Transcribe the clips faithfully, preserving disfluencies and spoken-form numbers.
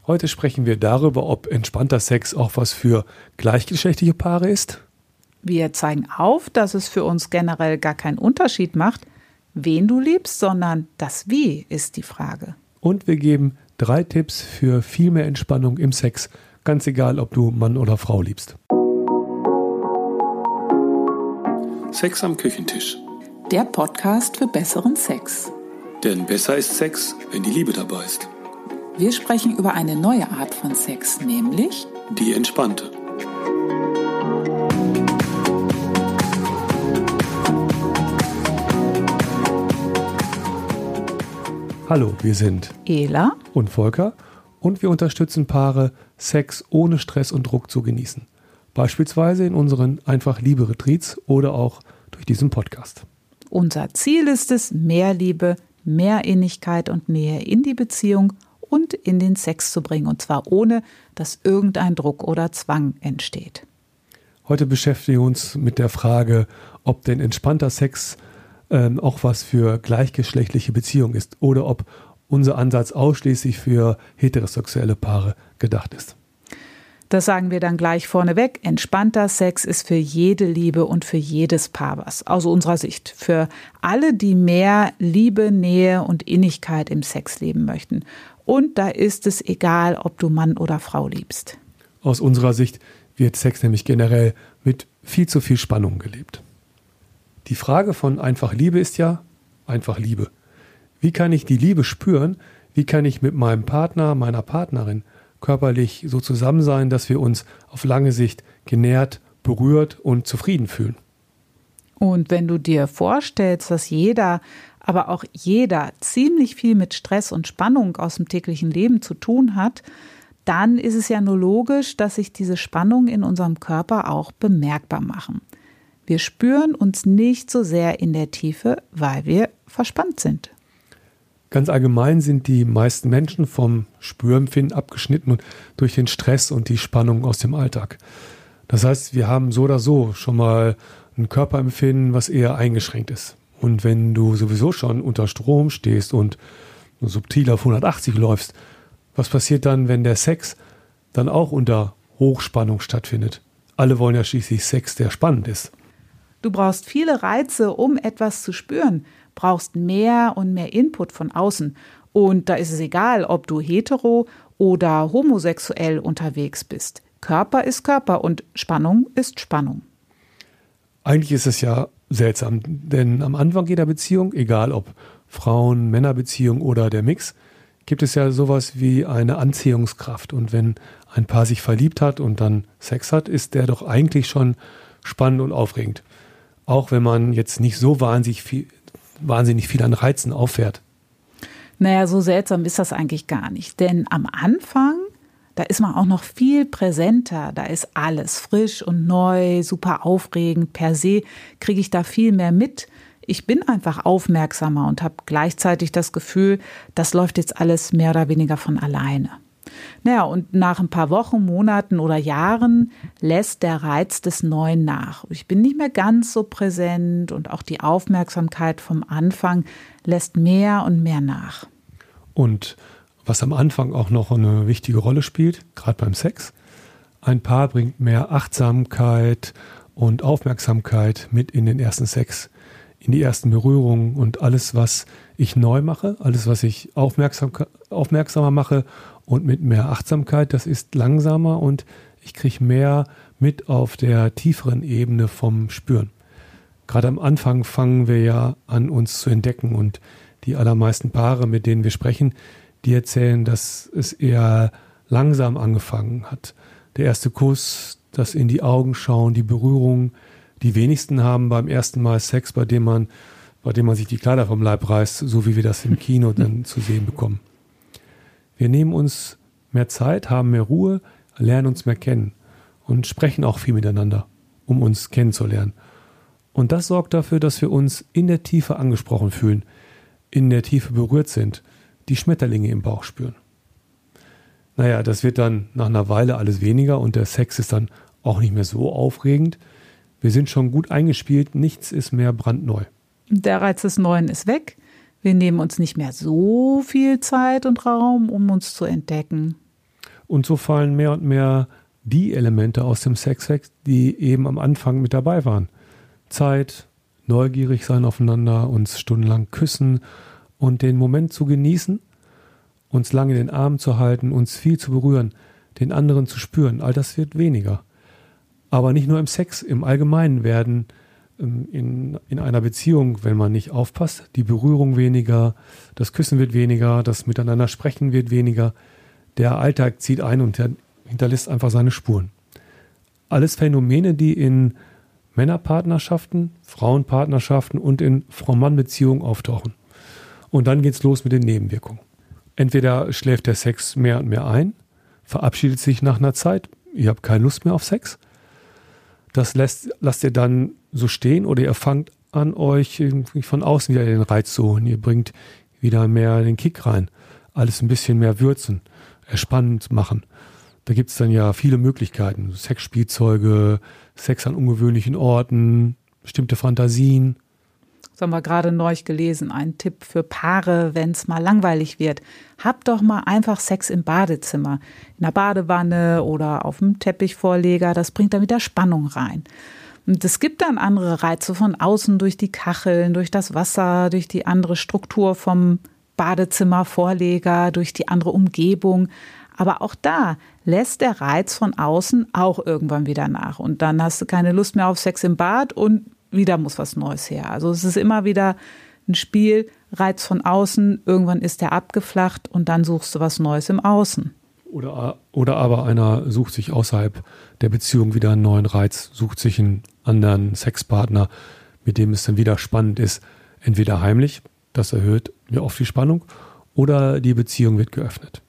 Heute sprechen wir darüber, ob entspannter Sex auch was für gleichgeschlechtliche Paare ist. Wir zeigen auf, dass es für uns generell gar keinen Unterschied macht, wen du liebst, sondern das Wie ist die Frage. Und wir geben drei Tipps für viel mehr Entspannung im Sex, ganz egal, ob du Mann oder Frau liebst. Sex am Küchentisch. Der Podcast für besseren Sex. Denn besser ist Sex, wenn die Liebe dabei ist. Wir sprechen über eine neue Art von Sex, nämlich die entspannte. Hallo, wir sind Ela und Volker und wir unterstützen Paare, Sex ohne Stress und Druck zu genießen. Beispielsweise in unseren Einfach-Liebe-Retreats oder auch durch diesen Podcast. Unser Ziel ist es, mehr Liebe, mehr Innigkeit und Nähe in die Beziehung und in den Sex zu bringen, und zwar ohne, dass irgendein Druck oder Zwang entsteht. Heute beschäftigen wir uns mit der Frage, ob denn entspannter Sex ähm, auch was für gleichgeschlechtliche Beziehungen ist oder ob unser Ansatz ausschließlich für heterosexuelle Paare gedacht ist. Das sagen wir dann gleich vorneweg. Entspannter Sex ist für jede Liebe und für jedes Paar was, aus unserer Sicht. Für alle, die mehr Liebe, Nähe und Innigkeit im Sex leben möchten. Und da ist es egal, ob du Mann oder Frau liebst. Aus unserer Sicht wird Sex nämlich generell mit viel zu viel Spannung gelebt. Die Frage von einfach Liebe ist ja einfach Liebe. Wie kann ich die Liebe spüren? Wie kann ich mit meinem Partner, meiner Partnerin körperlich so zusammen sein, dass wir uns auf lange Sicht genährt, berührt und zufrieden fühlen? Und wenn du dir vorstellst, dass jeder, aber auch jeder ziemlich viel mit Stress und Spannung aus dem täglichen Leben zu tun hat, dann ist es ja nur logisch, dass sich diese Spannungen in unserem Körper auch bemerkbar machen. Wir spüren uns nicht so sehr in der Tiefe, weil wir verspannt sind. Ganz allgemein sind die meisten Menschen vom Spürempfinden abgeschnitten und durch den Stress und die Spannung aus dem Alltag. Das heißt, wir haben so oder so schon mal ein Körperempfinden, was eher eingeschränkt ist. Und wenn du sowieso schon unter Strom stehst und subtil auf hundertachtzig läufst, was passiert dann, wenn der Sex dann auch unter Hochspannung stattfindet? Alle wollen ja schließlich Sex, der spannend ist. Du brauchst viele Reize, um etwas zu spüren, brauchst mehr und mehr Input von außen. Und da ist es egal, ob du hetero oder homosexuell unterwegs bist. Körper ist Körper und Spannung ist Spannung. Eigentlich ist es ja seltsam, denn am Anfang jeder Beziehung, egal ob Frauen-Männer-Beziehung oder der Mix, gibt es ja sowas wie eine Anziehungskraft. Und wenn ein Paar sich verliebt hat und dann Sex hat, ist der doch eigentlich schon spannend und aufregend. Auch wenn man jetzt nicht so wahnsinnig viel, wahnsinnig viel an Reizen auffährt. Naja, so seltsam ist das eigentlich gar nicht. Denn am Anfang, da ist man auch noch viel präsenter. Da ist alles frisch und neu, super aufregend. Per se kriege ich da viel mehr mit. Ich bin einfach aufmerksamer und habe gleichzeitig das Gefühl, das läuft jetzt alles mehr oder weniger von alleine. Naja, und nach ein paar Wochen, Monaten oder Jahren lässt der Reiz des Neuen nach. Ich bin nicht mehr ganz so präsent und auch die Aufmerksamkeit vom Anfang lässt mehr und mehr nach. Und was am Anfang auch noch eine wichtige Rolle spielt, gerade beim Sex, ein Paar bringt mehr Achtsamkeit und Aufmerksamkeit mit in den ersten Sex, in die ersten Berührungen und alles, was ich neu mache, alles, was ich aufmerksam, aufmerksamer mache und mit mehr Achtsamkeit, das ist langsamer und ich kriege mehr mit auf der tieferen Ebene vom Spüren. Gerade am Anfang fangen wir ja an, uns zu entdecken und die allermeisten Paare, mit denen wir sprechen, die erzählen, dass es eher langsam angefangen hat. Der erste Kuss, das in die Augen schauen, die Berührung. Die wenigsten haben beim ersten Mal Sex, bei dem man, bei dem man sich die Kleider vom Leib reißt, so wie wir das im Kino dann zu sehen bekommen. Wir nehmen uns mehr Zeit, haben mehr Ruhe, lernen uns mehr kennen und sprechen auch viel miteinander, um uns kennenzulernen. Und das sorgt dafür, dass wir uns in der Tiefe angesprochen fühlen, in der Tiefe berührt sind, die Schmetterlinge im Bauch spüren. Naja, das wird dann nach einer Weile alles weniger und der Sex ist dann auch nicht mehr so aufregend. Wir sind schon gut eingespielt, nichts ist mehr brandneu. Der Reiz des Neuen ist weg. Wir nehmen uns nicht mehr so viel Zeit und Raum, um uns zu entdecken. Und so fallen mehr und mehr die Elemente aus dem Sex weg, die eben am Anfang mit dabei waren. Zeit, neugierig sein aufeinander, uns stundenlang küssen und den Moment zu genießen, uns lange in den Armen zu halten, uns viel zu berühren, den anderen zu spüren. All das wird weniger. Aber nicht nur im Sex, im Allgemeinen werden ähm, in, in einer Beziehung, wenn man nicht aufpasst, die Berührung weniger, das Küssen wird weniger, das Miteinander sprechen wird weniger. Der Alltag zieht ein und der hinterlässt einfach seine Spuren. Alles Phänomene, die in Männerpartnerschaften, Frauenpartnerschaften und in Frau-Mann-Beziehungen auftauchen. Und dann geht's los mit den Nebenwirkungen. Entweder schläft der Sex mehr und mehr ein, verabschiedet sich nach einer Zeit, ihr habt keine Lust mehr auf Sex. Das lässt, lasst ihr dann so stehen oder ihr fangt an, euch irgendwie von außen wieder den Reiz zu holen. Ihr bringt wieder mehr den Kick rein, alles ein bisschen mehr würzen, spannend machen. Da gibt es dann ja viele Möglichkeiten. Sexspielzeuge, Sex an ungewöhnlichen Orten, bestimmte Fantasien. Das haben wir gerade neulich gelesen. Ein Tipp für Paare, wenn es mal langweilig wird. Habt doch mal einfach Sex im Badezimmer. In der Badewanne oder auf dem Teppichvorleger. Das bringt dann wieder Spannung rein. Und es gibt dann andere Reize von außen durch die Kacheln, durch das Wasser, durch die andere Struktur vom Badezimmervorleger, durch die andere Umgebung. Aber auch da lässt der Reiz von außen auch irgendwann wieder nach. Und dann hast du keine Lust mehr auf Sex im Bad und wieder muss was Neues her. Also es ist immer wieder ein Spiel, Reiz von außen, irgendwann ist der abgeflacht und dann suchst du was Neues im Außen. Oder, oder aber einer sucht sich außerhalb der Beziehung wieder einen neuen Reiz, sucht sich einen anderen Sexpartner, mit dem es dann wieder spannend ist. Entweder heimlich, das erhöht ja oft die Spannung, oder die Beziehung wird geöffnet.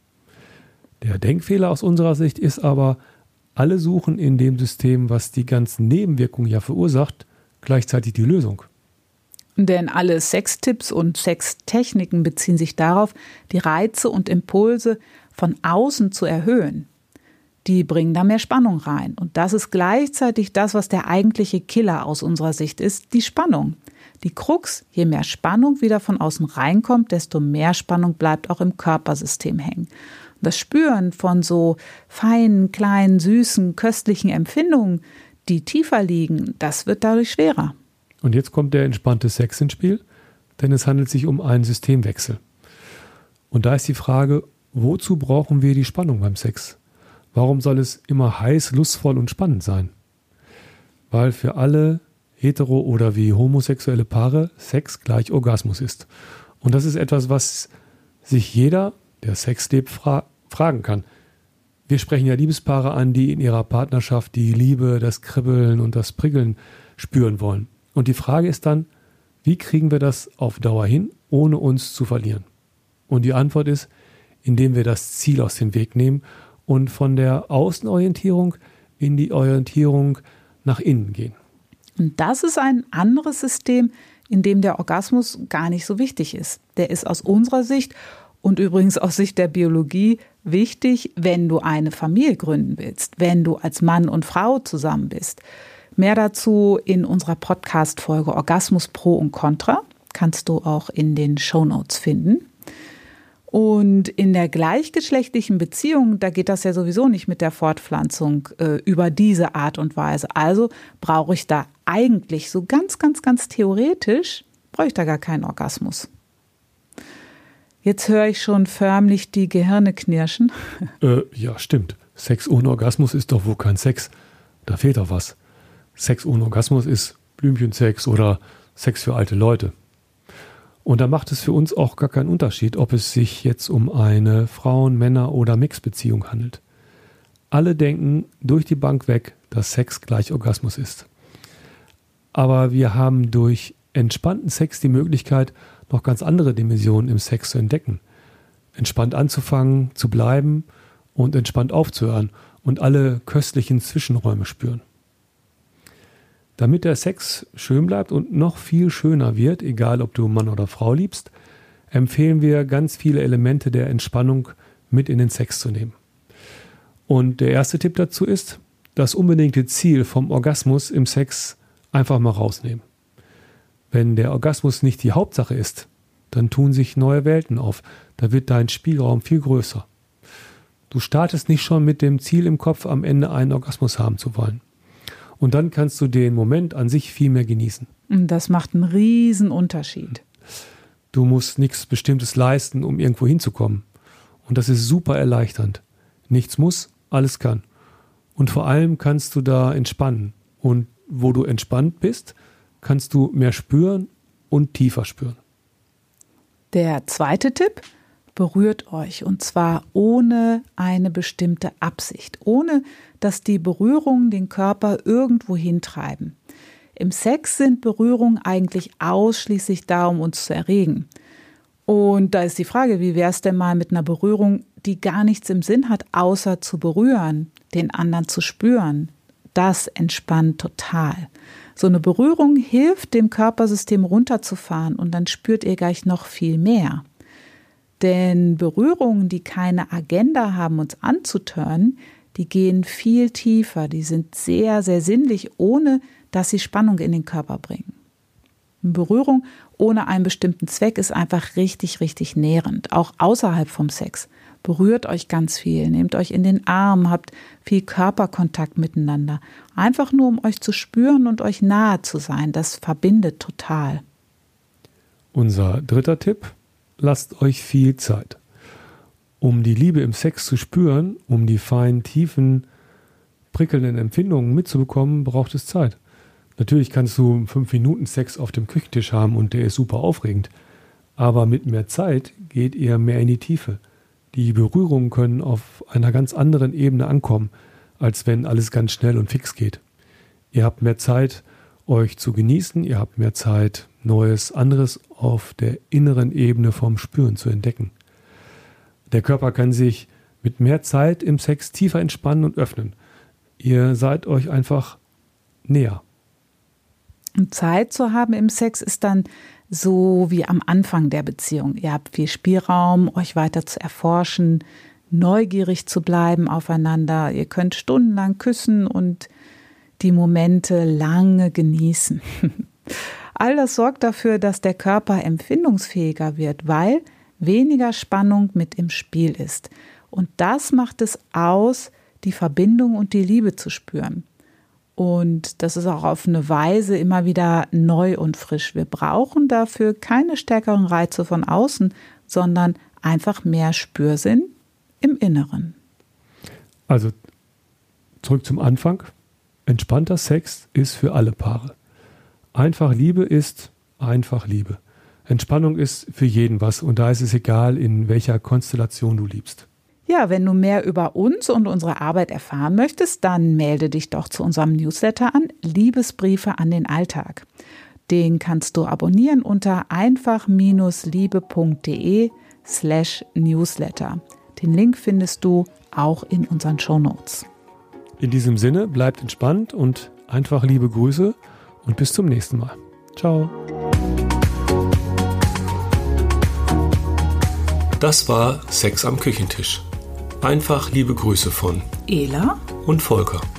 Der Denkfehler aus unserer Sicht ist aber, alle suchen in dem System, was die ganzen Nebenwirkungen ja verursacht, gleichzeitig die Lösung. Denn alle Sextipps und Sextechniken beziehen sich darauf, die Reize und Impulse von außen zu erhöhen. Die bringen da mehr Spannung rein. Und das ist gleichzeitig das, was der eigentliche Killer aus unserer Sicht ist, die Spannung. Die Krux, je mehr Spannung wieder von außen reinkommt, desto mehr Spannung bleibt auch im Körpersystem hängen. Das Spüren von so feinen, kleinen, süßen, köstlichen Empfindungen, die tiefer liegen, das wird dadurch schwerer. Und jetzt kommt der entspannte Sex ins Spiel, denn es handelt sich um einen Systemwechsel. Und da ist die Frage, wozu brauchen wir die Spannung beim Sex? Warum soll es immer heiß, lustvoll und spannend sein? Weil für alle hetero- oder wie homosexuelle Paare Sex gleich Orgasmus ist. Und das ist etwas, was sich jeder, der Sex lebt, fra- fragen kann. Wir sprechen ja Liebespaare an, die in ihrer Partnerschaft die Liebe, das Kribbeln und das Prickeln spüren wollen. Und die Frage ist dann, wie kriegen wir das auf Dauer hin, ohne uns zu verlieren? Und die Antwort ist, indem wir das Ziel aus dem Weg nehmen und von der Außenorientierung in die Orientierung nach innen gehen. Und das ist ein anderes System, in dem der Orgasmus gar nicht so wichtig ist. Der ist aus unserer Sicht und übrigens aus Sicht der Biologie wichtig, wenn du eine Familie gründen willst, wenn du als Mann und Frau zusammen bist. Mehr dazu in unserer Podcast-Folge Orgasmus Pro und Contra. Kannst du auch in den Shownotes finden. Und in der gleichgeschlechtlichen Beziehung, da geht das ja sowieso nicht mit der Fortpflanzung äh, über diese Art und Weise. Also brauche ich da eigentlich so ganz, ganz, ganz theoretisch, brauche ich da gar keinen Orgasmus. Jetzt höre ich schon förmlich die Gehirne knirschen. Äh, ja, stimmt. Sex ohne Orgasmus ist doch wohl kein Sex. Da fehlt doch was. Sex ohne Orgasmus ist Blümchensex oder Sex für alte Leute. Und da macht es für uns auch gar keinen Unterschied, ob es sich jetzt um eine Frauen-, Männer- oder Mixbeziehung handelt. Alle denken durch die Bank weg, dass Sex gleich Orgasmus ist. Aber wir haben durch entspannten Sex die Möglichkeit, noch ganz andere Dimensionen im Sex zu entdecken. Entspannt anzufangen, zu bleiben und entspannt aufzuhören und alle köstlichen Zwischenräume spüren. Damit der Sex schön bleibt und noch viel schöner wird, egal ob du Mann oder Frau liebst, empfehlen wir ganz viele Elemente der Entspannung mit in den Sex zu nehmen. Und der erste Tipp dazu ist, das unbedingte Ziel vom Orgasmus im Sex einfach mal rausnehmen. Wenn der Orgasmus nicht die Hauptsache ist, dann tun sich neue Welten auf. Da wird dein Spielraum viel größer. Du startest nicht schon mit dem Ziel im Kopf, am Ende einen Orgasmus haben zu wollen. Und dann kannst du den Moment an sich viel mehr genießen. Das macht einen riesen Unterschied. Du musst nichts Bestimmtes leisten, um irgendwo hinzukommen. Und das ist super erleichternd. Nichts muss, alles kann. Und vor allem kannst du da entspannen. Und wo du entspannt bist, kannst du mehr spüren und tiefer spüren. Der zweite Tipp: berührt euch, und zwar ohne eine bestimmte Absicht, ohne dass die Berührungen den Körper irgendwo hintreiben. Im Sex sind Berührungen eigentlich ausschließlich da, um uns zu erregen. Und da ist die Frage, wie wäre es denn mal mit einer Berührung, die gar nichts im Sinn hat, außer zu berühren, den anderen zu spüren. Das entspannt total. So eine Berührung hilft, dem Körpersystem runterzufahren, und dann spürt ihr gleich noch viel mehr. Denn Berührungen, die keine Agenda haben, uns anzutören, die gehen viel tiefer, die sind sehr, sehr sinnlich, ohne dass sie Spannung in den Körper bringen. Eine Berührung ohne einen bestimmten Zweck ist einfach richtig, richtig nährend, auch außerhalb vom Sex. Berührt euch ganz viel, nehmt euch in den Arm, habt viel Körperkontakt miteinander. Einfach nur, um euch zu spüren und euch nahe zu sein, das verbindet total. Unser dritter Tipp: lasst euch viel Zeit. Um die Liebe im Sex zu spüren, um die feinen, tiefen, prickelnden Empfindungen mitzubekommen, braucht es Zeit. Natürlich kannst du fünf Minuten Sex auf dem Küchentisch haben und der ist super aufregend. Aber mit mehr Zeit geht ihr mehr in die Tiefe. Die Berührungen können auf einer ganz anderen Ebene ankommen, als wenn alles ganz schnell und fix geht. Ihr habt mehr Zeit, euch zu genießen, ihr habt mehr Zeit, Neues, anderes auf der inneren Ebene vom Spüren zu entdecken. Der Körper kann sich mit mehr Zeit im Sex tiefer entspannen und öffnen. Ihr seid euch einfach näher. Und Zeit zu haben im Sex ist dann so wie am Anfang der Beziehung. Ihr habt viel Spielraum, euch weiter zu erforschen, neugierig zu bleiben aufeinander. Ihr könnt stundenlang küssen und die Momente lange genießen. All das sorgt dafür, dass der Körper empfindungsfähiger wird, weil weniger Spannung mit im Spiel ist. Und das macht es aus, die Verbindung und die Liebe zu spüren. Und das ist auch auf eine Weise immer wieder neu und frisch. Wir brauchen dafür keine stärkeren Reize von außen, sondern einfach mehr Spürsinn im Inneren. Also zurück zum Anfang. Entspannter Sex ist für alle Paare. Einfach Liebe ist einfach Liebe. Entspannung ist für jeden was, und da ist es egal, in welcher Konstellation du liebst. Ja, wenn du mehr über uns und unsere Arbeit erfahren möchtest, dann melde dich doch zu unserem Newsletter an, Liebesbriefe an den Alltag. Den kannst du abonnieren unter einfach-liebe.de slash Newsletter. Den Link findest du auch in unseren Shownotes. In diesem Sinne, bleibt entspannt und einfach liebe Grüße und bis zum nächsten Mal. Ciao. Das war Sex am Küchentisch. Einfach liebe Grüße von Ela und Volker.